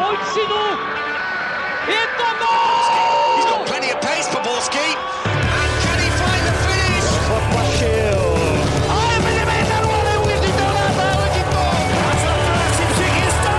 pojď synu, je to gól! He's got plenty of pace for Borski. And can he find the finish? Poplašil. Ale milimetr, ale neuvěřitelná záležitost. A Zlatanák si přichystá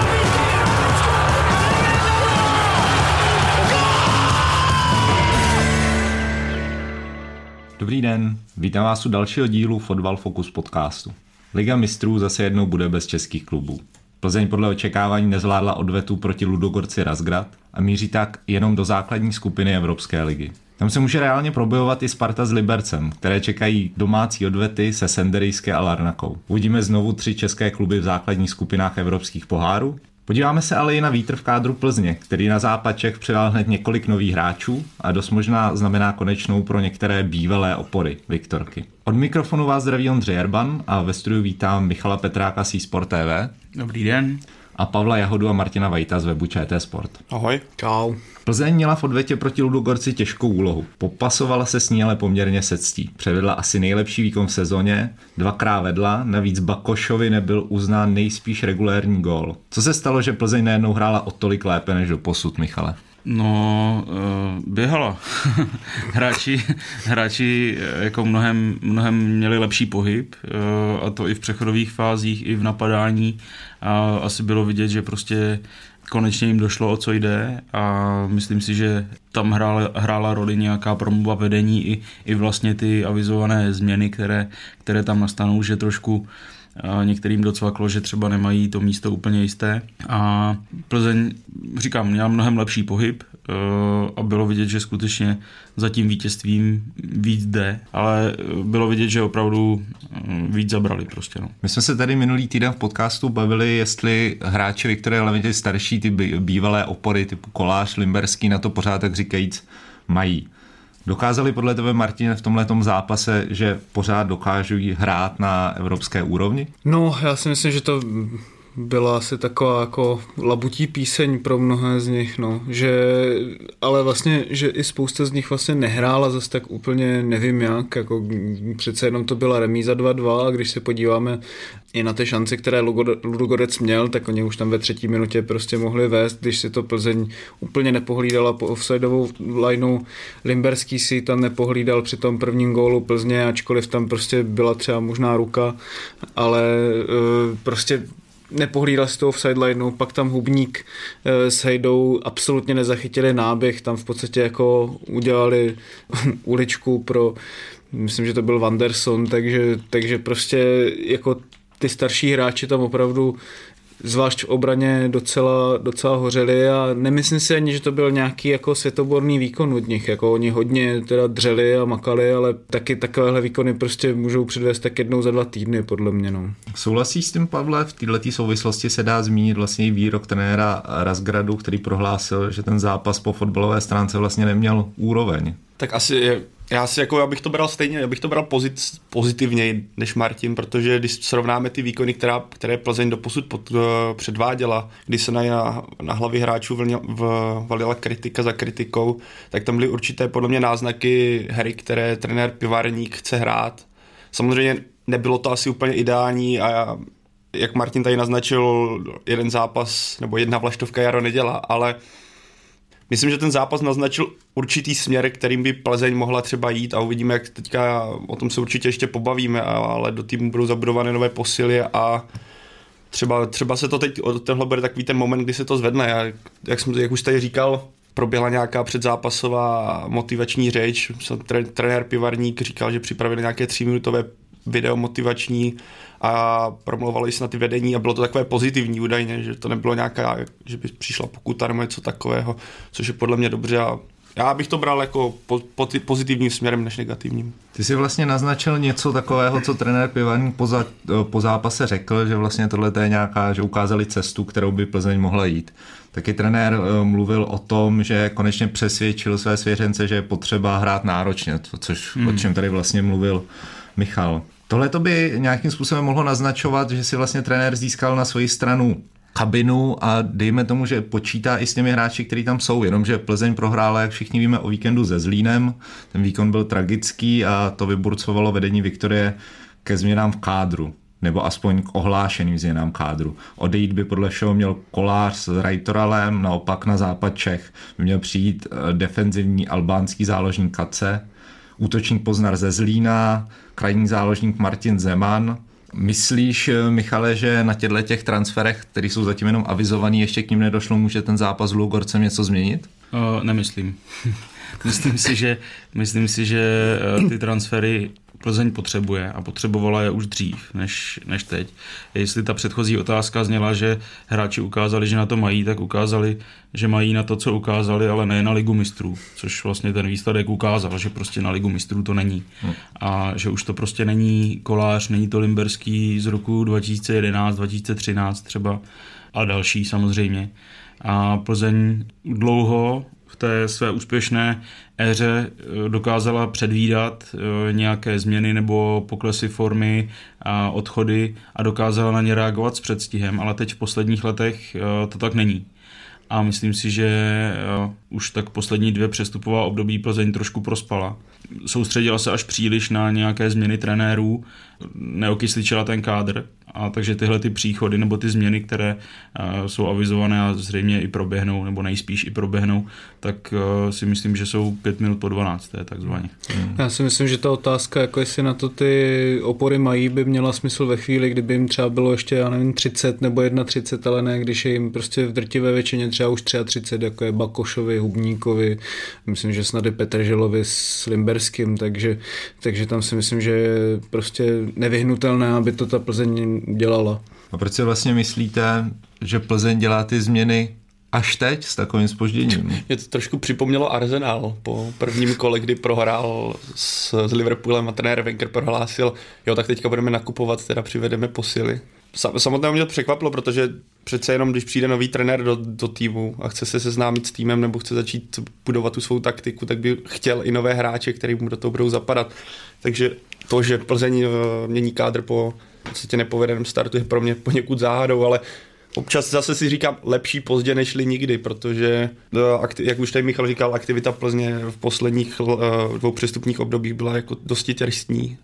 Dobrý den, vítám vás u dalšího dílu Fotbal Focus podcastu. Liga mistrů zase jednou bude bez českých klubů. Plzeň podle očekávání nezvládla odvetu proti Ludogorci Razgrad a míří tak jenom do základní skupiny Evropské ligy. Tam se může reálně probojovat i Sparta s Libercem, které čekají domácí odvety se Senderijské a Larnakou. Uvidíme znovu 3 české kluby v základních skupinách evropských pohárů. Podíváme se ale i na vítr v kádru Plzně, který na západ Čech přidal hned několik nových hráčů a dost možná znamená konečnou pro některé bývalé opory Viktorky. Od mikrofonu vás zdraví Ondřej Erban a ve studiu vítám Michala Petráka z eSport TV. Dobrý den. A Pavla Jahodu a Martina Vajta z webu ČT Sport. Ahoj. Čau. Plzeň měla v odvetě proti Ludogorci těžkou úlohu. Popasovala se s ní ale poměrně se ctí. Předvedla asi nejlepší výkon v sezóně, 2krát vedla, navíc Bakošovi nebyl uznán nejspíš regulérní gól. Co se stalo, že Plzeň najednou hrála o tolik lépe než doposud, Michale? No, běhala. hráči jako mnohem měli lepší pohyb, a to i v přechodových fázích, i v napadání. A asi bylo vidět, že prostě konečně jim došlo, o co jde, a myslím si, že tam hrála roli nějaká promluva vedení i vlastně ty avizované změny, které tam nastanou, že trošku některým docvaklo, že třeba nemají to místo úplně jisté. A Plzeň, říkám, měla mnohem lepší pohyb a bylo vidět, že skutečně za tím vítězstvím víc jde, ale bylo vidět, že opravdu víc zabrali prostě. No. My jsme se tady minulý týden v podcastu bavili, jestli hráči Viktorie, hlavně ty starší, ty bývalé opory typu Kolář, Limberský, na to pořád tak říkajíc mají. Dokázali podle tebe, Martin, v tomhletom zápase, že pořád dokážou hrát na evropské úrovni? No, já si myslím, že to byla asi taková jako labutí píseň pro mnohé z nich, no, ale vlastně, že i spousta z nich vlastně nehrála zase tak úplně nevím jak, jako přece jenom to byla remíza 2-2 a když se podíváme i na ty šance, které Ludogorec měl, tak oni už tam ve 3. minutě prostě mohli vést, když si to Plzeň úplně nepohlídala po offsideovou lineu. Limberský si tam nepohlídal při tom prvním gólu Plzně, ačkoliv tam prostě byla třeba možná ruka, ale prostě nepohlídal si to offside lineu, pak tam Hubník s Hejdou absolutně nezachytili náběh, tam v podstatě jako udělali uličku pro, myslím, že to byl Wanderson, takže prostě jako ty starší hráči tam opravdu zvlášť v obraně docela hořeli a nemyslím si ani, že to byl nějaký jako světoborný výkon od nich, jako oni hodně teda dřeli a makali, ale taky takovéhle výkony prostě můžou předvést tak jednou za 2 týdny, podle mě. No. Souhlasíš s tím, Pavle? V této souvislosti se dá zmínit vlastně výrok trenéra Razgradu, který prohlásil, že ten zápas po fotbalové stránce vlastně neměl úroveň. Tak asi já bych to bral stejně, já bych to bral pozitivněji než Martin, protože když srovnáme ty výkony, které Plzeň doposud předváděla, kdy se na hlavě hráčů valila kritika za kritikou, tak tam byly určité podle mě náznaky hry, které trenér Pivarník chce hrát. Samozřejmě nebylo to asi úplně ideální a jak Martin tady naznačil, jeden zápas nebo jedna vlaštovka Jaro nedělá, ale myslím, že ten zápas naznačil určitý směr, kterým by Plzeň mohla třeba jít a uvidíme, jak teďka, o tom se určitě ještě pobavíme, ale do týmu budou zabudované nové posily a třeba se to teď, tohle bude takový ten moment, kdy se to zvedne. A jak už tady říkal, proběhla nějaká předzápasová motivační řeč, trenér Pivarník říkal, že připravili nějaké 3minutové video motivační a promlouvali se na ty vedení a bylo to takové pozitivní údajně, že to nebylo nějaká, že by přišla pokuta nebo něco takového, což je podle mě dobře a já bych to bral jako pozitivním směrem než negativním. Ty jsi vlastně naznačil něco takového, co trenér Pivarník po zápase řekl, že vlastně tohle je nějaká, že ukázali cestu, kterou by Plzeň mohla jít. Taky trenér mluvil o tom, že konečně přesvědčil své svěřence, že je potřeba hrát náročně, o čem tady vlastně mluvil Michal. Tohle to by nějakým způsobem mohlo naznačovat, že si vlastně trenér získal na svoji stranu kabinu a dejme tomu, že počítá i s těmi hráči, kteří tam jsou, jenomže Plzeň prohrála, jak všichni víme, o víkendu se Zlínem. Ten výkon byl tragický a to vyburcovalo vedení Viktorie ke změnám v kádru. nebo aspoň k ohlášeným změnám kádru. Odejít by podle všeho měl Kolář s Rajtoralem, naopak na západ Čech by měl přijít defenzivní albánský záložník Kace, útočník Poznar ze Zlína, krajní záložník Martin Zeman. Myslíš, Michale, že na těch transferech, které jsou zatím jenom avizovaný, ještě k ním nedošlo, může ten zápas s Ludogorcem něco změnit? Nemyslím. Myslím si, že ty transfery Plzeň potřebuje a potřebovala je už dřív než teď. Jestli ta předchozí otázka zněla, že hráči ukázali, že na to mají, tak ukázali, že mají na to, co ukázali, ale ne na Ligu mistrů, což vlastně ten výsledek ukázal, že prostě na Ligu mistrů to není. A že už to prostě není Kolář, není to Limberský z roku 2011, 2013 třeba a další samozřejmě. A Plzeň dlouho v té své úspěšné éře dokázala předvídat nějaké změny nebo poklesy formy a odchody a dokázala na ně reagovat s předstihem, ale teď v posledních letech to tak není. A myslím si, že už tak poslední 2 přestupová období Plzeň trošku prospala. Soustředila se až příliš na nějaké změny trenérů, neokysličila ten kádr, a takže tyhle ty příchody nebo ty změny, které jsou avizované a zřejmě i proběhnou, nebo nejspíš i proběhnou, tak si myslím, že jsou 5 minut po 12. takzvaně. Já si myslím, že ta otázka, jako jestli na to ty opory mají, by měla smysl ve chvíli, kdyby jim třeba bylo ještě, já nevím, 30 nebo 31, ale ne, když je jim prostě v drtivé většině třeba už 33, jako je Bakošovi, Hubníkovi, myslím, že snad i Petrželovi s Limberským, takže tam si myslím, že je prostě nevyhnutelné, aby to ta Plzeň dělala. A proč si vlastně myslíte, že Plzeň dělá ty změny až teď s takovým zpožděním? Mě to trošku připomnělo Arsenal po prvním kole, kdy prohrál s Liverpoolem a trenér Wenger prohlásil, jo, tak teďka budeme nakupovat, teda přivedeme posily. Samotného mě to překvapilo, protože přece jenom, když přijde nový trenér do týmu a chce se seznámit s týmem nebo chce začít budovat tu svou taktiku, tak by chtěl i nové hráče, který mu do toho budou zapadat. Takže to, že Plzeň mění kádr po vlastně nepovedeném startu, je pro mě poněkud záhadou, ale občas zase si říkám lepší pozdě nežli nikdy, protože, jak už tady Michal říkal, aktivita Plzně v posledních 2 přestupních obdobích byla jako dosti tristní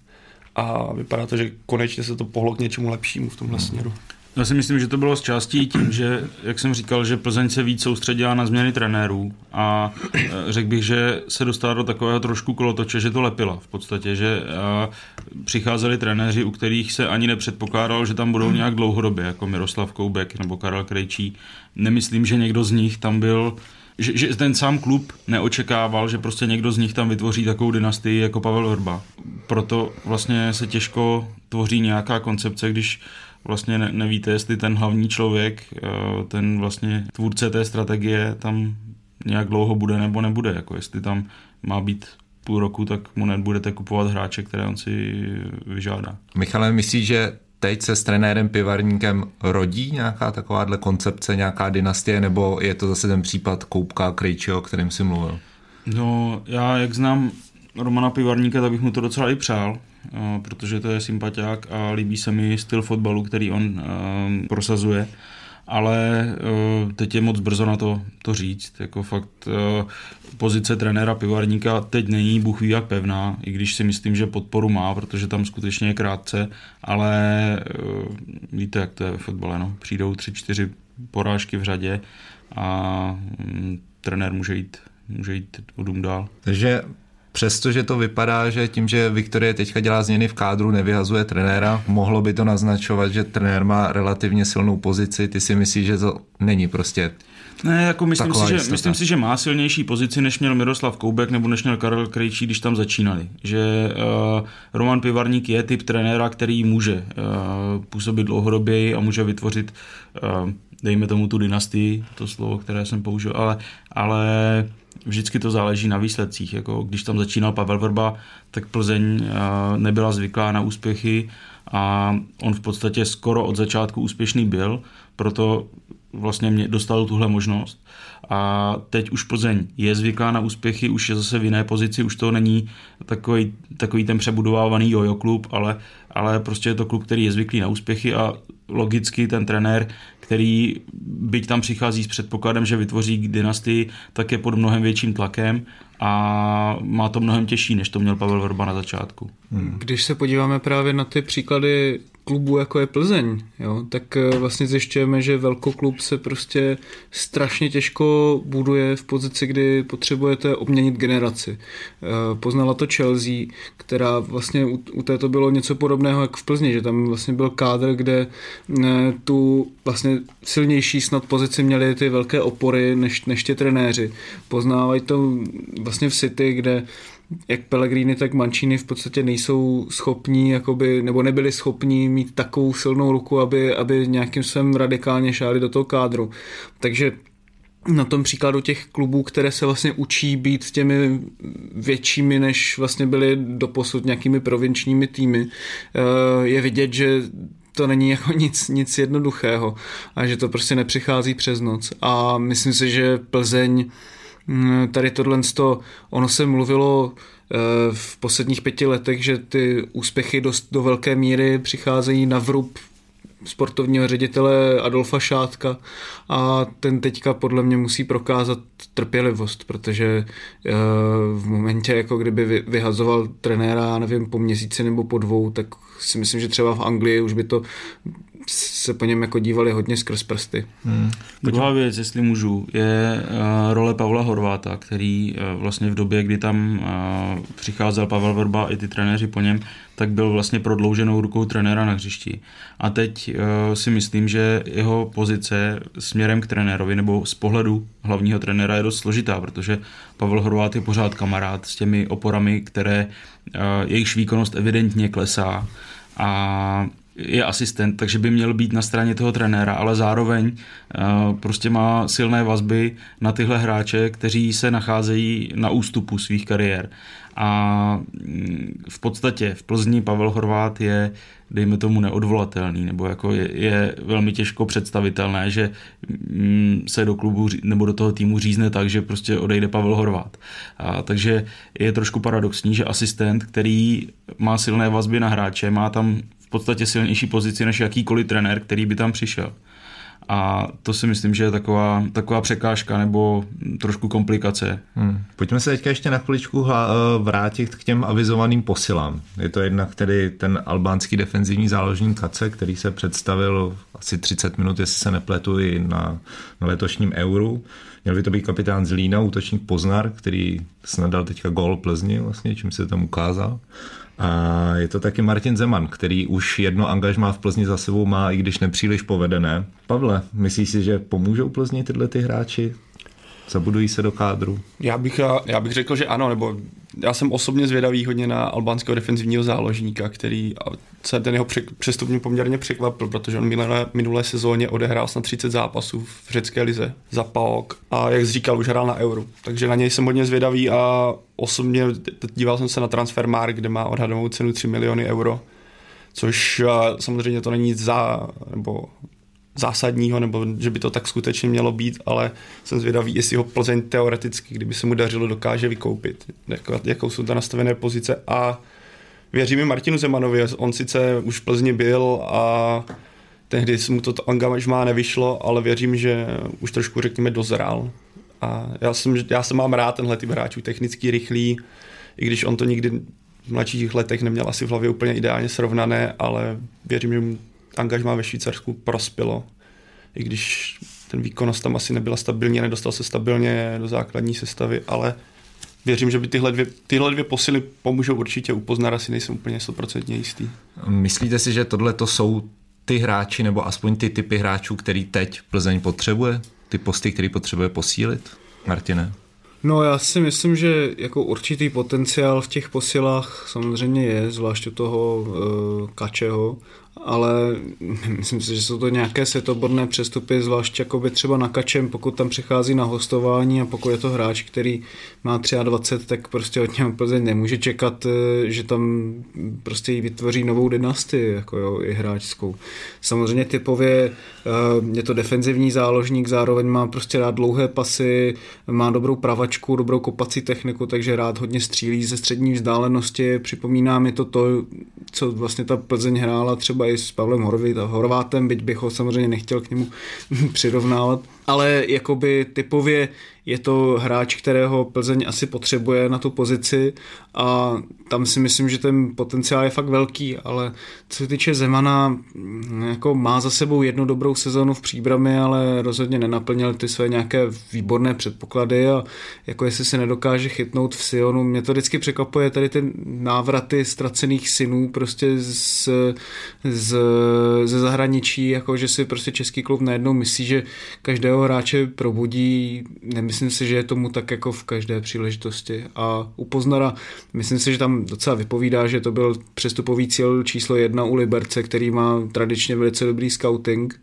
a vypadá to, že konečně se to pohlo k něčemu lepšímu v tomhle směru. Já si myslím, že to bylo z částí tím, že, jak jsem říkal, že Plzeň se víc soustředila na změny trenérů a řekl bych, že se dostala do takového trošku kolotoče, že to lepila v podstatě, že přicházeli trenéři, u kterých se ani nepředpokládalo, že tam budou nějak dlouhodobě, jako Miroslav Koubek nebo Karel Krejčí. Nemyslím, že někdo z nich tam byl, že ten sám klub neočekával, že prostě někdo z nich tam vytvoří takovou dynastii jako Pavel Vrba. Proto vlastně se těžko tvoří nějaká koncepce, když vlastně nevíte, jestli ten hlavní člověk, ten vlastně tvůrce té strategie tam nějak dlouho bude nebo nebude. Jako jestli tam má být půl roku, tak mu nebudete kupovat hráče, které on si vyžádá. Michale, myslíš, že teď se s trenérem Pivarníkem rodí nějaká takováhle koncepce, nějaká dynastie, nebo je to zase ten případ Koubka a Krejčího, o kterém jsi mluvil? No, já jak znám Romana Pivarníka, tak bych mu to docela i přál, protože to je sympatiák a líbí se mi styl fotbalu, který on prosazuje, ale teď je moc brzo na to říct. Jako fakt pozice trenéra Pivarníka teď není bůh ví jak pevná, i když si myslím, že podporu má, protože tam skutečně je krátce, ale víte, jak to je ve fotbale, no. Přijdou 3-4 porážky v řadě a trenér může jít o dům dál. Takže přestože to vypadá, že tím, že Viktorie teďka dělá změny v kádru, nevyhazuje trenéra, mohlo by to naznačovat, že trenér má relativně silnou pozici. Ty si myslíš, že to není prostě ne, jako myslím si, že má silnější pozici, než měl Miroslav Koubek nebo než měl Karel Krejčí, když tam začínali. Že Roman Pivarník je typ trenéra, který může působit dlouhodoběji a může vytvořit, dejme tomu tu dynastii, to slovo, které jsem použil, ale vždycky to záleží na výsledcích. Jako když tam začínal Pavel Vrba, tak Plzeň nebyla zvyklá na úspěchy a on v podstatě skoro od začátku úspěšný byl, proto vlastně dostal tuhle možnost. A teď už Plzeň je zvyklá na úspěchy, už je zase v jiné pozici, už to není takový ten přebudovávaný jojo klub, ale prostě je to klub, který je zvyklý na úspěchy a logicky ten trenér, který byť tam přichází s předpokladem, že vytvoří dynastii, tak je pod mnohem větším tlakem a má to mnohem těžší, než to měl Pavel Vrba na začátku. Když se podíváme právě na ty příklady klubu, jako je Plzeň, jo, tak vlastně zjišťujeme, že velkoklub se prostě strašně těžko buduje v pozici, kdy potřebujete obměnit generaci. Poznala to Chelsea, která vlastně u této bylo něco podobného jak v Plzni, že tam vlastně byl kádr, kde tu vlastně silnější snad pozici měli ty velké opory než ti trenéři. Poznávají to vlastně v City, kde jak Pellegrini, tak Mancini v podstatě nejsou schopní, jakoby, nebo nebyli schopní mít takovou silnou ruku, aby nějakým svým radikálně šáli do toho kádru. Takže na tom příkladu těch klubů, které se vlastně učí být těmi většími, než vlastně byly doposud nějakými provinčními týmy, je vidět, že to není jako nic jednoduchého a že to prostě nepřichází přes noc. A myslím si, že Plzeň tady ono se mluvilo v posledních 5 letech, že ty úspěchy do velké míry přicházejí na vrub sportovního ředitele Adolfa Šátka a ten teďka podle mě musí prokázat trpělivost, protože v momentě, jako kdyby vyhazoval trenéra, nevím, po měsíci nebo po 2, tak si myslím, že třeba v Anglii už by to se po něm jako dívali hodně skrz prsty. Druhá věc, jestli můžu, je role Pavla Horváta, který vlastně v době, kdy tam přicházel Pavel Vrba i ty trenéři po něm, tak byl vlastně prodlouženou rukou trenéra na hřišti. A teď si myslím, že jeho pozice směrem k trenérovi nebo z pohledu hlavního trenéra je dost složitá, protože Pavel Horvát je pořád kamarád s těmi oporami, které jejich výkonnost evidentně klesá a je asistent, takže by měl být na straně toho trenéra, ale zároveň prostě má silné vazby na tyhle hráče, kteří se nacházejí na ústupu svých kariér. A v podstatě v Plzni Pavel Horvát je, dejme tomu, neodvolatelný, nebo jako je velmi těžko představitelné, že se do klubu nebo do toho týmu řízne tak, že prostě odejde Pavel Horvát. Takže je trošku paradoxní, že asistent, který má silné vazby na hráče, má tam v podstatě silnější pozici než jakýkoliv trenér, který by tam přišel. A to si myslím, že je taková překážka nebo trošku komplikace. Pojďme se teďka ještě na chviličku vrátit k těm avizovaným posilám. Je to jednak tedy ten albánský defenzivní záložník Kace, který se představil asi 30 minut, jestli se nepletu, i na letošním Euru. Měl by to být kapitán Zlína, útočník Poznar, který snad dal teďka gól Plzni, vlastně, čím se tam ukázal. A je to taky Martin Zeman, který už jedno angažmá v Plzni za sebou má, i když nepříliš povedené. Pavle, myslíš si, že pomůžou Plzni tyhle ty hráči? Zabudují se do kádru? Já bych řekl, že ano, nebo já jsem osobně zvědavý hodně na albánského defenzivního záložníka, který se ten jeho přestup mě poměrně překvapil, protože on minulé sezóně odehrál snad 30 zápasů v řecké lize za PAOK a jak jsi říkal, už hrál na Euro. Takže na něj jsem hodně zvědavý a osobně díval jsem se na Transfermarkt, kde má odhadovou cenu 3 miliony euro, což samozřejmě to není nic zásadního, nebo že by to tak skutečně mělo být, ale jsem zvědavý, jestli ho Plzeň teoreticky, kdyby se mu dařilo, dokáže vykoupit. Jakou jsou to nastavené pozice a věřím i Martinu Zemanovi, on sice už v Plzni byl a tehdy mu to angažmá nevyšlo, ale věřím, že už trošku, řekněme, dozrál. A já jsem mám rád tenhle typ hráčů, technicky rychlý, i když on to nikdy v mladších letech neměl asi v hlavě úplně ideálně srovnané, ale věřím, že mu angažmá ve Švýcarsku prospělo, i když ten výkonnost tam asi nebyla stabilní, nedostal se stabilně do základní sestavy, ale věřím, že by tyhle dvě posily pomůžou určitě. U Poznara si nejsem úplně 100% jistý. Myslíte si, že tohle to jsou ty hráči, nebo aspoň ty typy hráčů, který teď Plzeň potřebuje? Ty posty, který potřebuje posílit? Martine? No já si myslím, že jako určitý potenciál v těch posilách samozřejmě je, zvlášť u toho Kačeho, ale myslím si, že jsou to nějaké světoborné přestupy, zvlášť jakoby třeba na Kačem, pokud tam přichází na hostování a pokud je to hráč, který má 23, tak prostě od něho Plzeň nemůže čekat, že tam prostě jí vytvoří novou dynastii, jako jo, i hráčskou. Samozřejmě typově je to defenzivní záložník, zároveň má prostě rád dlouhé pasy, má dobrou pravačku, dobrou kopací techniku, takže rád hodně střílí ze střední vzdálenosti. Připomíná mi to, co vlastně ta Plzeň hrála třeba i s Pavlem Horvátem, byť bych ho samozřejmě nechtěl k němu přirovnávat, ale jakoby typově je to hráč, kterého Plzeň asi potřebuje na tu pozici a tam si myslím, že ten potenciál je fakt velký, ale co se týče Zemana, jako má za sebou jednu dobrou sezonu v Příbrami, ale rozhodně nenaplnil ty své nějaké výborné předpoklady a jako jestli se nedokáže chytnout v Sionu. Mě to vždycky překvapuje tady ty návraty ztracených synů prostě ze zahraničí, jako že si prostě český klub najednou myslí, že každého hráče probudí. Nemyslím si, že je tomu tak jako v každé příležitosti. A u Poznara myslím si, že tam docela vypovídá, že to byl přestupový cíl číslo 1 u Liberce, který má tradičně velice dobrý scouting.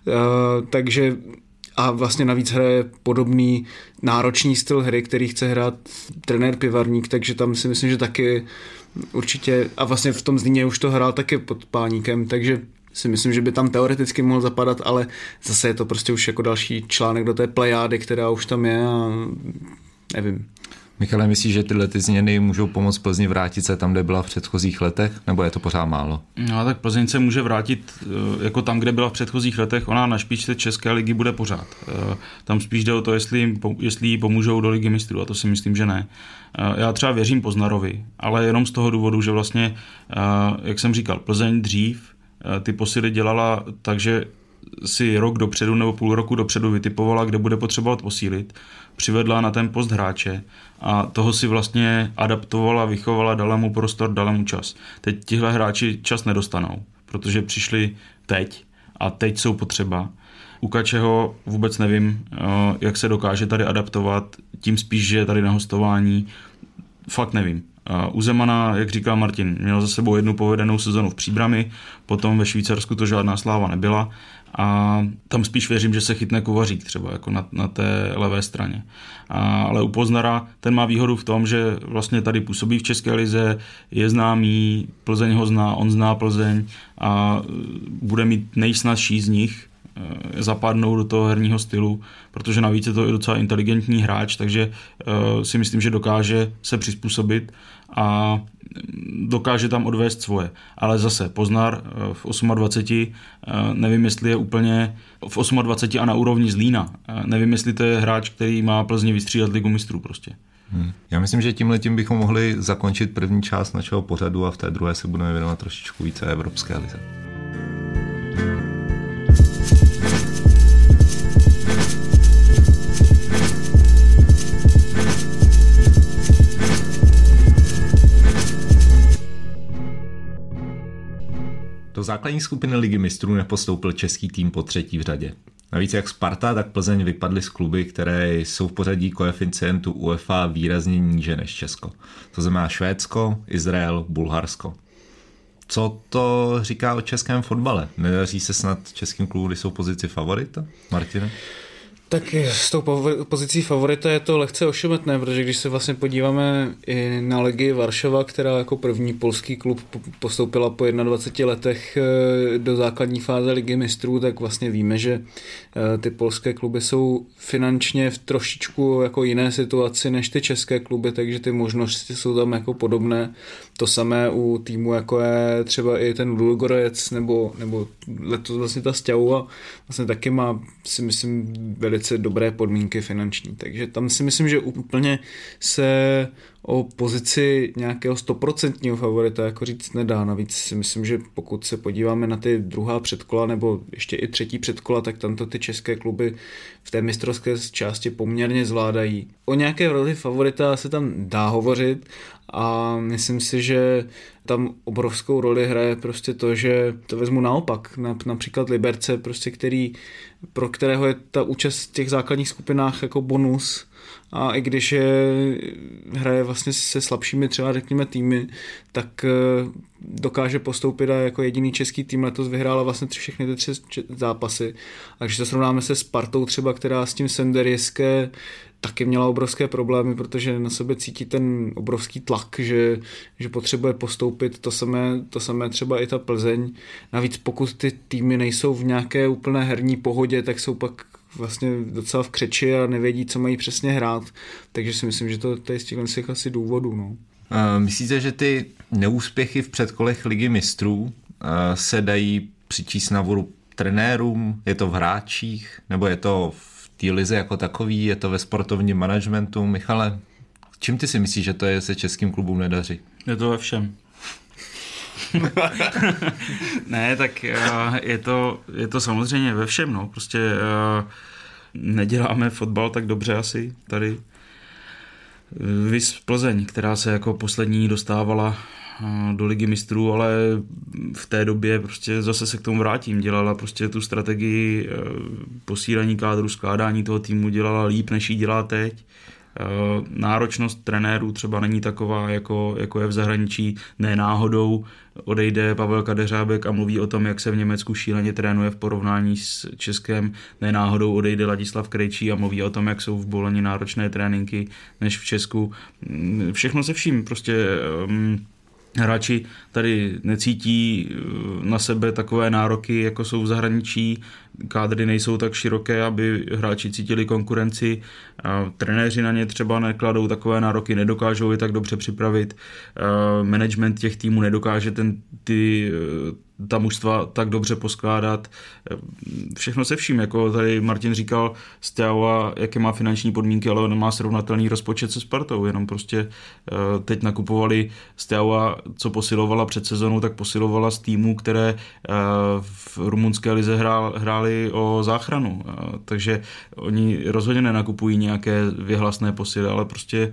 Takže a vlastně navíc hraje podobný náročný styl hry, který chce hrát trenér Pivarník, takže tam si myslím, že taky určitě, a vlastně v tom Zlíně už to hrál taky pod Páníkem, takže si myslím, že by tam teoreticky mohl zapadat, ale zase je to prostě už jako další článek do té plejády, která už tam je a nevím. Michale, myslíš, že tyhle ty změny můžou pomoct Plzni vrátit se tam, kde byla v předchozích letech, nebo je to pořád málo? No tak Plzeň se může vrátit jako tam, kde byla v předchozích letech, ona na špičce České ligy bude pořád. Tam spíš jde o to, jestli jí pomůžou do Ligy mistrů, a to si myslím, že ne. Já třeba věřím Poznarovi, ale jenom z toho důvodu, že vlastně, jak jsem říkal, Plzeň dřív ty posily dělala tak, že si rok dopředu nebo půl roku dopředu vytipovala, kde bude potřebovat posílit, přivedla na ten post hráče a toho si vlastně adaptovala, vychovala, dala mu prostor, dala mu čas. Teď tihle hráči čas nedostanou, protože přišli teď a teď jsou potřeba. U Kačeho vůbec nevím, jak se dokáže tady adaptovat, tím spíš, že je tady na hostování, fakt nevím. U Zemana, jak říkal Martin, měl za sebou jednu povedenou sezonu v Příbrami, potom ve Švýcarsku to žádná sláva nebyla a tam spíš věřím, že se chytne Kovařík třeba jako na té levé straně. Ale u Poznara ten má výhodu v tom, že vlastně tady působí v České lize, je známý, Plzeň ho zná, on zná Plzeň a bude mít nejsnazší z nich zapadnou do toho herního stylu, protože navíc je to i docela inteligentní hráč, takže si myslím, že dokáže se přizpůsobit a dokáže tam odvést svoje. Ale zase Poznar v 28, nevím, jestli je úplně v 28 a na úrovni Zlína. Nevím, jestli to je hráč, který má Plzni vystřídat Ligu mistrů prostě. Já myslím, že tímhletím bychom mohli zakončit první část našeho pořadu a v té druhé se budeme věnovat trošičku více evropské lize. Do základní skupiny Ligy mistrů nepostoupil český tým po třetí v řadě. Navíc jak Sparta, tak Plzeň vypadly z kluby, které jsou v pořadí koeficientu UEFA výrazně níže než Česko. To znamená Švédsko, Izrael, Bulharsko. Co to říká o českém fotbale? Nedaří se snad českým klubům, když jsou pozici favorita? Martine? Tak s tou pozicí favorita je to lehce ošemetné, protože když se vlastně podíváme i na Legii Varšava, která jako první polský klub postoupila po 21 letech do základní fáze Ligy mistrů, tak vlastně víme, že ty polské kluby jsou finančně v trošičku jako jiné situaci než ty české kluby, takže ty možnosti jsou tam jako podobné. To samé u týmu, jako je třeba i ten Ludogorec nebo letos vlastně ta Steaua vlastně taky má, si myslím, velice dobré podmínky finanční. Takže tam si myslím, že úplně se o pozici nějakého 100% favorita jako říct nedá. Navíc si myslím, že pokud se podíváme na ty druhá předkola nebo ještě i třetí předkola, tak tamto ty české kluby v té mistrovské části poměrně zvládají. O nějaké roli favorita se tam dá hovořit a myslím si, že tam obrovskou roli hraje prostě to, že to vezmu naopak, například Liberce, prostě pro kterého je ta účast v těch základních skupinách jako bonus a i když hraje vlastně se slabšími třeba řekněme týmy, tak dokáže postoupit a jako jediný český tým letos vyhrála vlastně všechny ty 3 zápasy. A když to srovnáme se Spartou třeba, která s tím Senderjeské taky měla obrovské problémy, protože na sobě cítí ten obrovský tlak, že potřebuje postoupit, to samé třeba i ta Plzeň. Navíc pokud ty týmy nejsou v nějaké úplné herní pohodě, tak jsou pak vlastně docela v křeči a nevědí, co mají přesně hrát. Takže si myslím, že to je z těch asi důvodů. No. Myslíte, že ty neúspěchy v předkolech Ligy mistrů se dají přičíst na vodu trenérům? Je to v hráčích? Nebo je to v té lize jako takový, je to ve sportovním managementu. Michale, čím ty si myslíš, že to je, se českým klubům nedaří? Je to ve všem. Ne, tak je to samozřejmě ve všem, no. Prostě neděláme fotbal tak dobře asi tady. Vys Plzeň, která se jako poslední dostávala do Ligy mistrů, ale v té době prostě zase se k tomu vrátím. Dělala prostě tu strategii posílení kádru, skládání toho týmu dělala líp, než ji dělá teď. Náročnost trenérů třeba není taková, jako je v zahraničí. Ne náhodou odejde Pavel Kadeřábek a mluví o tom, jak se v Německu šíleně trénuje v porovnání s Českem. Ne náhodou odejde Ladislav Krejčí a mluví o tom, jak jsou v Boloni náročné tréninky než v Česku. Všechno se vším. Prostě hráči tady necítí na sebe takové nároky, jako jsou v zahraničí. Kádry nejsou tak široké, aby hráči cítili konkurenci. Trenéři na ně třeba nekladou takové nároky, nedokážou je tak dobře připravit. Management těch týmů nedokáže ta mužstva tak dobře poskládat. Všechno se vším, jako tady Martin říkal, Steaua, jaké má finanční podmínky, ale on nemá srovnatelný rozpočet se Spartou, jenom prostě teď nakupovali Steaua, co posilovala před sezónou, tak posilovala z týmů, které v rumunské lize hráli o záchranu, takže oni rozhodně nenakupují nějaké vyhlasné posily, ale prostě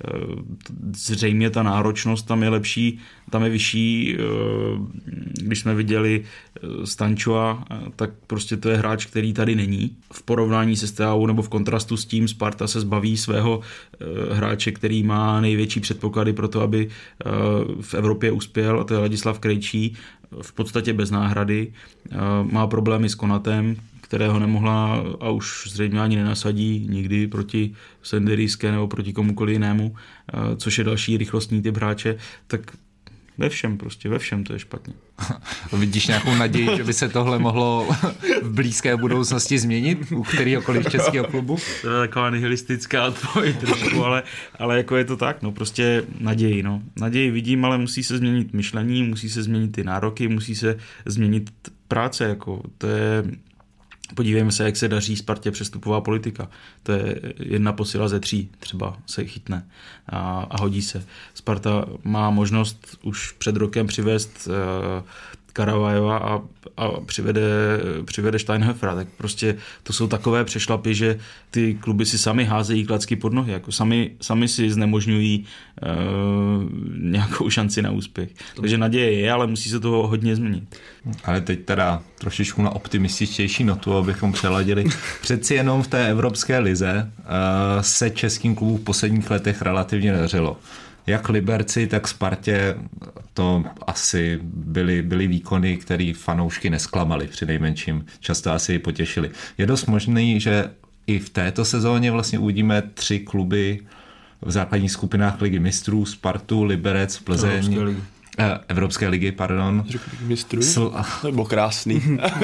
zřejmě ta náročnost tam je lepší, tam je vyšší. Když jsme viděli Stančua, tak prostě to je hráč, který tady není. V porovnání se Steaou nebo v kontrastu s tím Sparta se zbaví svého hráče, který má největší předpoklady pro to, aby v Evropě uspěl, a to je Ladislav Krejčí, v podstatě bez náhrady. Má problémy s Konatem, kterého nemohla a už zřejmě ani nenasadí nikdy proti Senderijské nebo proti komukoliv jinému, což je další rychlostní typ hráče, tak ve všem to je špatně. Vidíš nějakou naději, že by se tohle mohlo v blízké budoucnosti změnit u kterýhokoliv českého klubu? To je taková nihilistická odpověď trošku, ale jako je to tak, no prostě naději, no. Naději vidím, ale musí se změnit myšlení, musí se změnit ty nároky, musí se změnit práce, jako to je... Podívejme se, jak se daří Spartě přestupová politika. To je 1 posila ze 3 třeba se chytne a hodí se. Sparta má možnost už před rokem přivést Karavajova a přivede Steinhöfera, tak prostě to jsou takové přešlapy, že ty kluby si sami házejí klacky pod nohy, jako sami si znemožňují nějakou šanci na úspěch. Takže naděje je, ale musí se toho hodně změnit. Ale teď teda trošičku na optimističtější notu, abychom přeladili. Přeci jenom v té evropské lize se českým klubům v posledních letech relativně dařilo. Jak Liberci, tak Spartě to asi byly výkony, které fanoušky nesklamaly přinejmenším. Často asi i potěšili. Je dost možný, že i v této sezóně vlastně uvidíme 3 kluby v základních skupinách Ligy mistrů, Spartu, Liberec, Plzeň. Evropské ligy, pardon. Mistrů? To bylo krásný.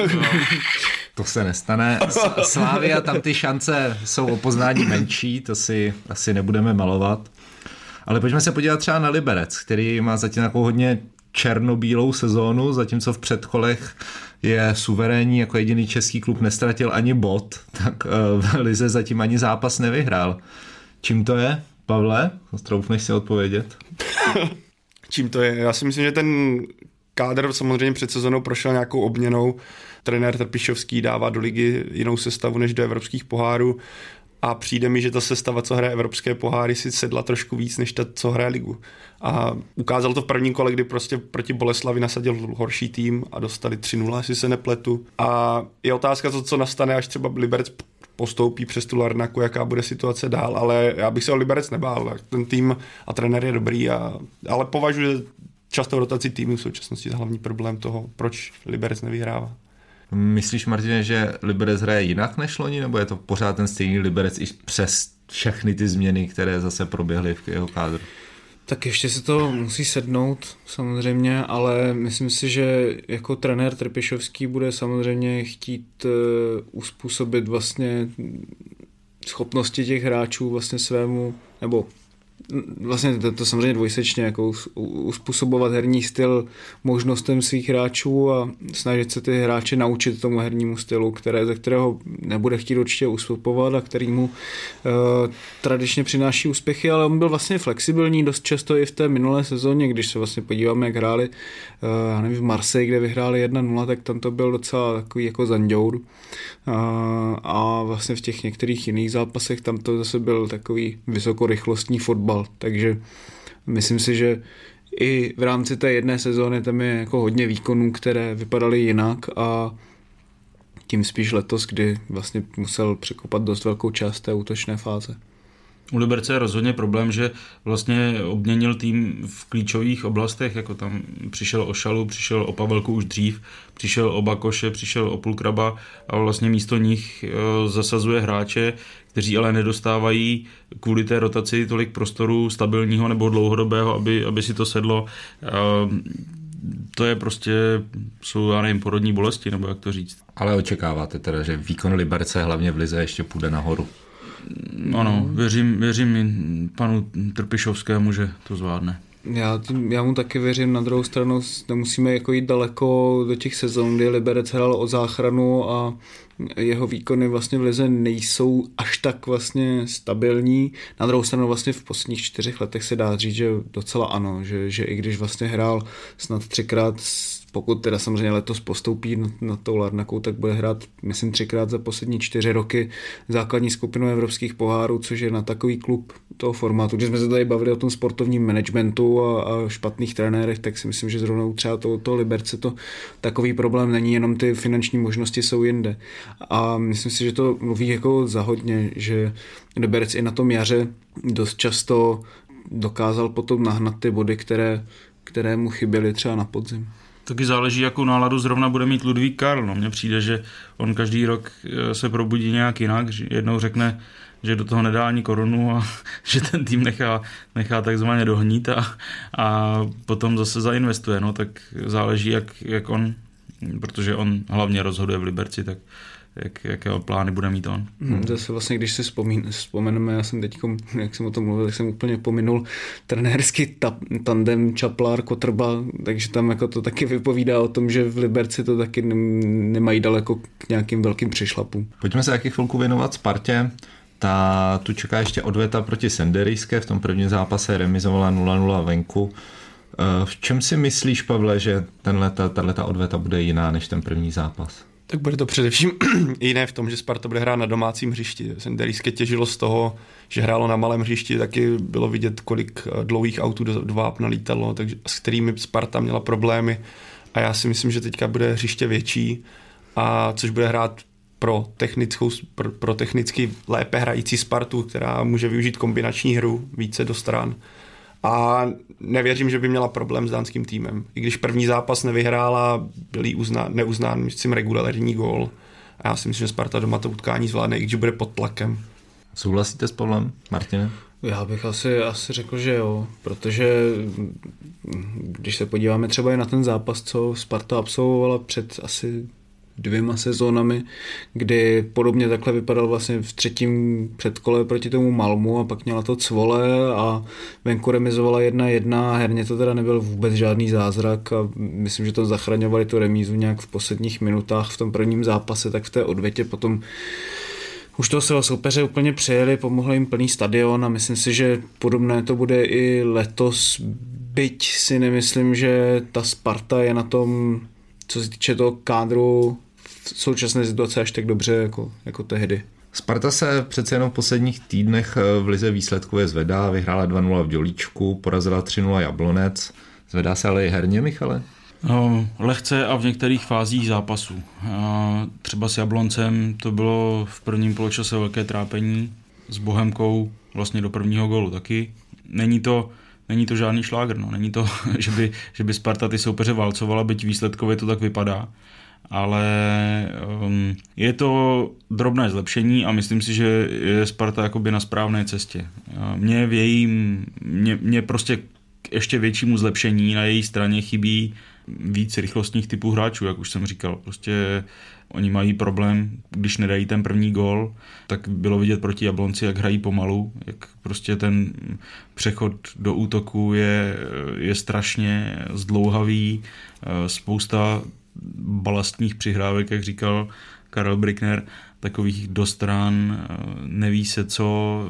To se nestane. Slavia, tam ty šance jsou o poznání menší, to si asi nebudeme malovat. Ale pojďme se podívat třeba na Liberec, který má zatím takovou hodně černobílou sezónu, zatímco v předkolech je suverénní, jako jediný český klub nestratil ani bod, tak v lize zatím ani zápas nevyhrál. Čím to je, Pavle? Troufneš si odpovědět? Čím to je? Já si myslím, že ten kádr samozřejmě před sezónou prošel nějakou obměnou. Trenér Trpišovský dává do ligy jinou sestavu než do evropských pohárů. A přijde mi, že ta sestava, co hraje evropské poháry, si sedla trošku víc, než ta, co hraje ligu. A ukázal to v prvním kole, kdy prostě proti Boleslavi nasadil horší tým a dostali 3-0, jestli se nepletu. A je otázka, co nastane, až třeba Liberec postoupí přes tu Larnaku, jaká bude situace dál, ale já bych se o Liberec nebál. Ten tým a trenér je dobrý, ale považuji častou rotaci týmu v současnosti za hlavní problém toho, proč Liberec nevyhrává. Myslíš, Martine, že Liberec hraje jinak než loni, nebo je to pořád ten stejný Liberec i přes všechny ty změny, které zase proběhly v jeho kádru? Tak ještě se to musí sednout samozřejmě, ale myslím si, že jako trenér Trpišovský bude samozřejmě chtít uspůsobit vlastně schopnosti těch hráčů vlastně svému, nebo vlastně to samozřejmě dvojsečně, jako uspůsobovat herní styl možnostem svých hráčů a snažit se ty hráče naučit tomu hernímu stylu, ze kterého nebude chtít určitě ustupovat a který mu tradičně přináší úspěchy, ale on byl vlastně flexibilní dost často i v té minulé sezóně, když se vlastně podíváme, jak hráli já nevím, v Marseille, kde vyhráli 1-0, tak tam to byl docela takový jako zanděur a vlastně v těch některých jiných zápasech tam to zase byl takový vysokorychlostní fotbal, takže myslím si, že i v rámci té jedné sezóny tam je jako hodně výkonů, které vypadaly jinak a tím spíš letos, kdy vlastně musel překopat dost velkou část té útočné fáze. U Liberce je rozhodně problém, že vlastně obměnil tým v klíčových oblastech, jako tam přišel o Šalu, přišel o Pavelku už dřív, přišel o Bakoše, přišel o Pulkraba a vlastně místo nich zasazuje hráče, kteří ale nedostávají kvůli té rotaci tolik prostoru stabilního nebo dlouhodobého, aby si to sedlo. To je prostě, jsou, já nevím, porodní bolesti, nebo jak to říct. Ale očekáváte teda, že výkon Liberce hlavně v lize ještě půjde nahoru? Ano, věřím panu Trpišovskému, že to zvládne. Já mu taky věřím, na druhou stranu nemusíme jako jít daleko do těch sezon, kdy Liberec hrál o záchranu a jeho výkony vlastně v lize nejsou až tak vlastně stabilní. Na druhou stranu vlastně v posledních 4 letech se dá říct, že docela ano, že i když vlastně hrál snad 3krát, pokud teda samozřejmě letos postoupí na tou Larnakou, tak bude hrát, myslím, 3krát za poslední 4 roky základní skupinu evropských pohárů, což je na takový klub toho formátu. Když jsme se tady bavili o tom sportovním managementu a špatných trenérech, tak si myslím, že zrovna třeba toho Liberce to takový problém není, jenom ty finanční možnosti jsou jinde. A myslím si, že to mluví jako za hodně, že Liberec i na tom jaře dost často dokázal potom nahnat ty body, které mu chyběly třeba na podzim. Taky záleží, jakou náladu zrovna bude mít Ludvík Karl. No, mně přijde, že on každý rok se probudí nějak jinak. Jednou řekne, že do toho nedá ani korunu a že ten tým nechá takzvaně dohnít a potom zase zainvestuje. No, tak záleží, jak on, protože on hlavně rozhoduje v Liberci, tak jaké plány bude mít on. Zase vlastně, když si vzpomeneme, já jsem teď, jak jsem o tom mluvil, tak jsem úplně pominul trenérský tandem Čaplár-Kotrba, takže tam jako to taky vypovídá o tom, že v Liberci to taky nemají daleko k nějakým velkým přešlapům. Pojďme se taky chvilku věnovat Spartě. Ta tu čeká ještě odveta proti Senderijské, v tom prvním zápase remizovala 0-0 venku. V čem si myslíš, Pavle, že tato odveta bude jiná než ten první zápas? Tak bude to především jiné v tom, že Sparta bude hrát na domácím hřišti. Senderijské těžilo z toho, že hrálo na malém hřišti, taky bylo vidět, kolik dlouhých autů do Váp nalítalo, takže s kterými Sparta měla problémy. A já si myslím, že teďka bude hřiště větší, a což bude hrát pro technicky lépe hrající Spartu, která může využít kombinační hru více do stran. A nevěřím, že by měla problém s dánským týmem. I když první zápas nevyhrála, byl jí neuznán, myslím, regulární gól. A já si myslím, že Sparta doma to utkání zvládne, i když bude pod tlakem. Souhlasíte s Pavlem, Martine? Já bych asi řekl, že jo, protože když se podíváme třeba i na ten zápas, co Sparta absolvovala před asi 2 sezónami, kdy podobně takhle vypadal vlastně v 3. předkole proti tomu Malmu a pak měla to Cvole a venku remizovala 1-1 a herně to teda nebyl vůbec žádný zázrak a myslím, že to zachraňovali tu remízu nějak v posledních minutách v tom prvním zápase, tak v té odvetě potom už toho svého soupeře úplně přejeli, pomohli jim plný stadion a myslím si, že podobné to bude i letos, byť si nemyslím, že ta Sparta je na tom, co se týče toho kádru v současné situaci až tak dobře jako tehdy. Sparta se přece jenom v posledních týdnech v lize výsledkově zvedá, vyhrála 2-0 v Dělíčku, porazila 3-0 Jablonec. Zvedá se ale i herně, Michale? No, lehce a v některých fázích zápasu. Třeba s Jabloncem to bylo v prvním poločase velké trápení, s Bohemkou vlastně do prvního gólu taky. Není to žádný šlágr, no. Není to, že by Sparta ty soupeře válcovala, byť výsledkově to tak vypadá. Ale je to drobné zlepšení a myslím si, že je Sparta jakoby na správné cestě. Mě prostě k ještě většímu zlepšení na její straně chybí víc rychlostních typů hráčů, jak už jsem říkal. Prostě oni mají problém, když nedají ten první gól, tak bylo vidět proti Jablonci, jak hrají pomalu, jak prostě ten přechod do útoku je strašně zdlouhavý, spousta balastních přihrávek, jak říkal Karel Brickner, takových do stran, neví se co.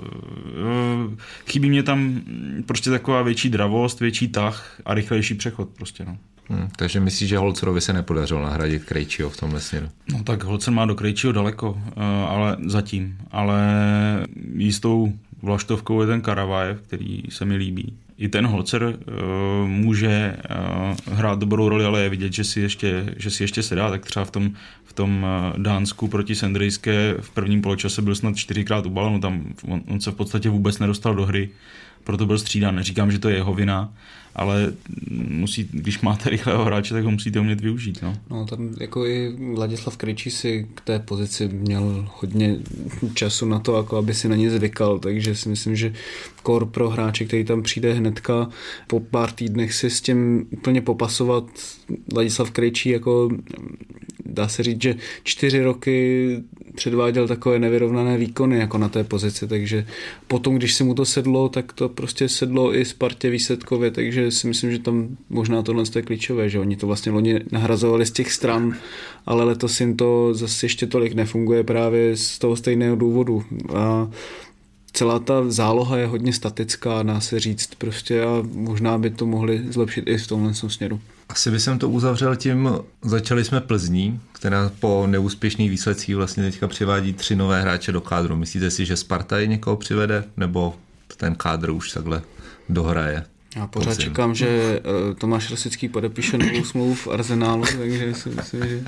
Chybí mě tam prostě taková větší dravost, větší tah a rychlejší přechod prostě, no. Takže myslíš, že Holcerovi se nepodařilo nahradit Krejčího v tomhle směru? No tak Holzer má do Krejčího daleko, ale zatím. Ale jistou vlaštovkou je ten Karavajev, který se mi líbí. I ten Holzer může hrát dobrou roli, ale je vidět, že si ještě sedá, tak třeba v tom Dánsku proti Sendrejské v prvním poločase byl snad 4krát u balonu, tam on se v podstatě vůbec nedostal do hry, proto byl střídán. Neříkám, že to je jeho vina, ale když máte rychlého hráče, tak ho musíte umět využít. No tam jako i Ladislav Krejčí si k té pozici měl hodně času na to, jako aby si na ně zvykal, takže si myslím, že kor pro hráče, který tam přijde hnedka po pár týdnech si s tím úplně popasovat. Ladislav Krejčí, jako dá se říct, že 4 roky předváděl takové nevyrovnané výkony jako na té pozici, takže potom, když se mu to sedlo, tak to prostě sedlo i Spartě výsledkově, takže si myslím, že tam možná tohle je klíčové, že oni to vlastně loni nahrazovali z těch stran, ale letos jim to zase ještě tolik nefunguje právě z toho stejného důvodu. A celá ta záloha je hodně statická, dá se říct prostě, a možná by to mohli zlepšit i v tomhle směru. Asi by jsem to uzavřel tím, začali jsme Plzní, která po neúspěšných výsledcích vlastně teďka přivádí 3 nové hráče do kádru. Myslíte si, že Sparta je někoho přivede, nebo ten kádr už takhle dohraje? Já pořád čekám, že Tomáš Rosický podepíše novou smlouvu v Arsenálu, takže si myslím, že...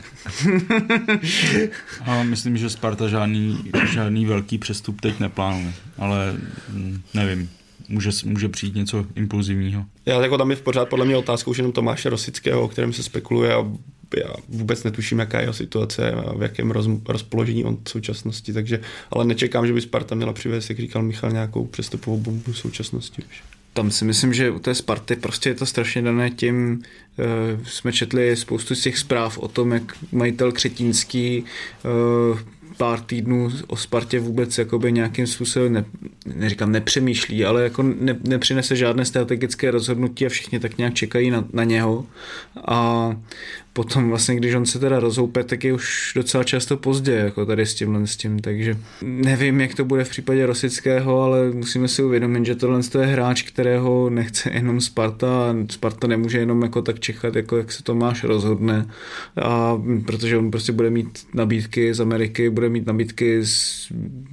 A myslím, že Sparta žádný velký přestup teď neplánuje, ale nevím. Může přijít něco impulzivního. Já jako tam je pořád podle mě otázkou už jenom Tomáše Rosického, o kterém se spekuluje, a já vůbec netuším, jaká je jeho situace a v jakém rozpoložení on v současnosti, takže, ale nečekám, že by Sparta měla přivést, jak říkal Michal, nějakou přestupovou bombu v současnosti už. Tam si myslím, že u té Sparty prostě je to strašně dané tím, jsme četli spoustu z těch zpráv o tom, jak majitel Křetínský pár týdnů o Spartě vůbec jakoby nějakým způsobem neříkám nepřemýšlí, ale jako nepřinese žádné strategické rozhodnutí a všichni tak nějak čekají na něho. A potom vlastně, když on se teda rozhoupe, tak je už docela často pozdě, jako tady s tím, takže nevím, jak to bude v případě Rosického, ale musíme si uvědomit, že tohle je hráč, kterého nechce jenom Sparta a Sparta nemůže jenom jako tak čekat, jako jak se Tomáš rozhodne, a protože on prostě bude mít nabídky z Ameriky, bude mít nabídky z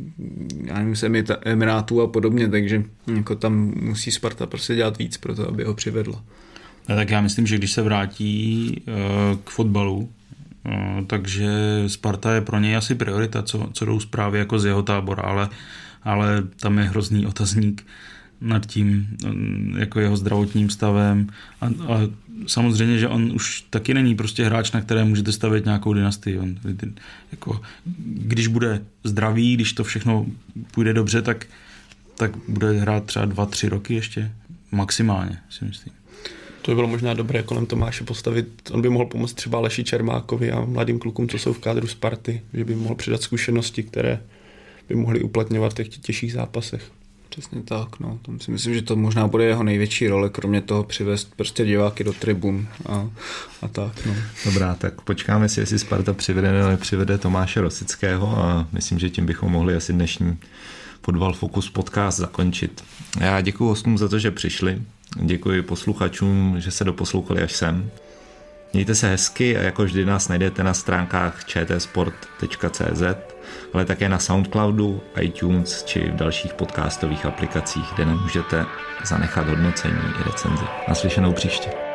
Emirátů a podobně, takže jako tam musí Sparta prostě dělat víc pro to, aby ho přivedla. Tak já myslím, že když se vrátí k fotbalu, takže Sparta je pro něj asi priorita, co jdou zprávy jako z jeho tábora, ale tam je hrozný otazník nad tím, jako jeho zdravotním stavem a samozřejmě, že on už taky není prostě hráč, na které můžete stavět nějakou dynastii. On, jako, když bude zdravý, když to všechno půjde dobře, tak bude hrát třeba 2-3 roky ještě maximálně, si myslím. To by bylo možná dobré kolem Tomáše postavit. On by mohl pomoct třeba Aleši Čermákovi a mladým klukům, co jsou v kádru Sparty, že by mohl přidat zkušenosti, které by mohli uplatňovat v těch těžších zápasech. Přesně tak, no. Tam si myslím, že to možná bude jeho největší role, kromě toho přivést prostě diváky do tribun a tak, no. Dobrá, tak počkáme si, jestli Sparta přivede nebo nepřivede Tomáše Rosického, a myslím, že tím bychom mohli asi dnešní Fotbal Focus podcast zakončit. Já děkuji hostům za to, že přišli. Děkuji posluchačům, že se doposlouchali až sem. Mějte se hezky a jako vždy nás najdete na stránkách čtsport.cz, ale také na Soundcloudu, iTunes či v dalších podcastových aplikacích, kde nám můžete zanechat hodnocení i recenzi. Naslyšenou příště.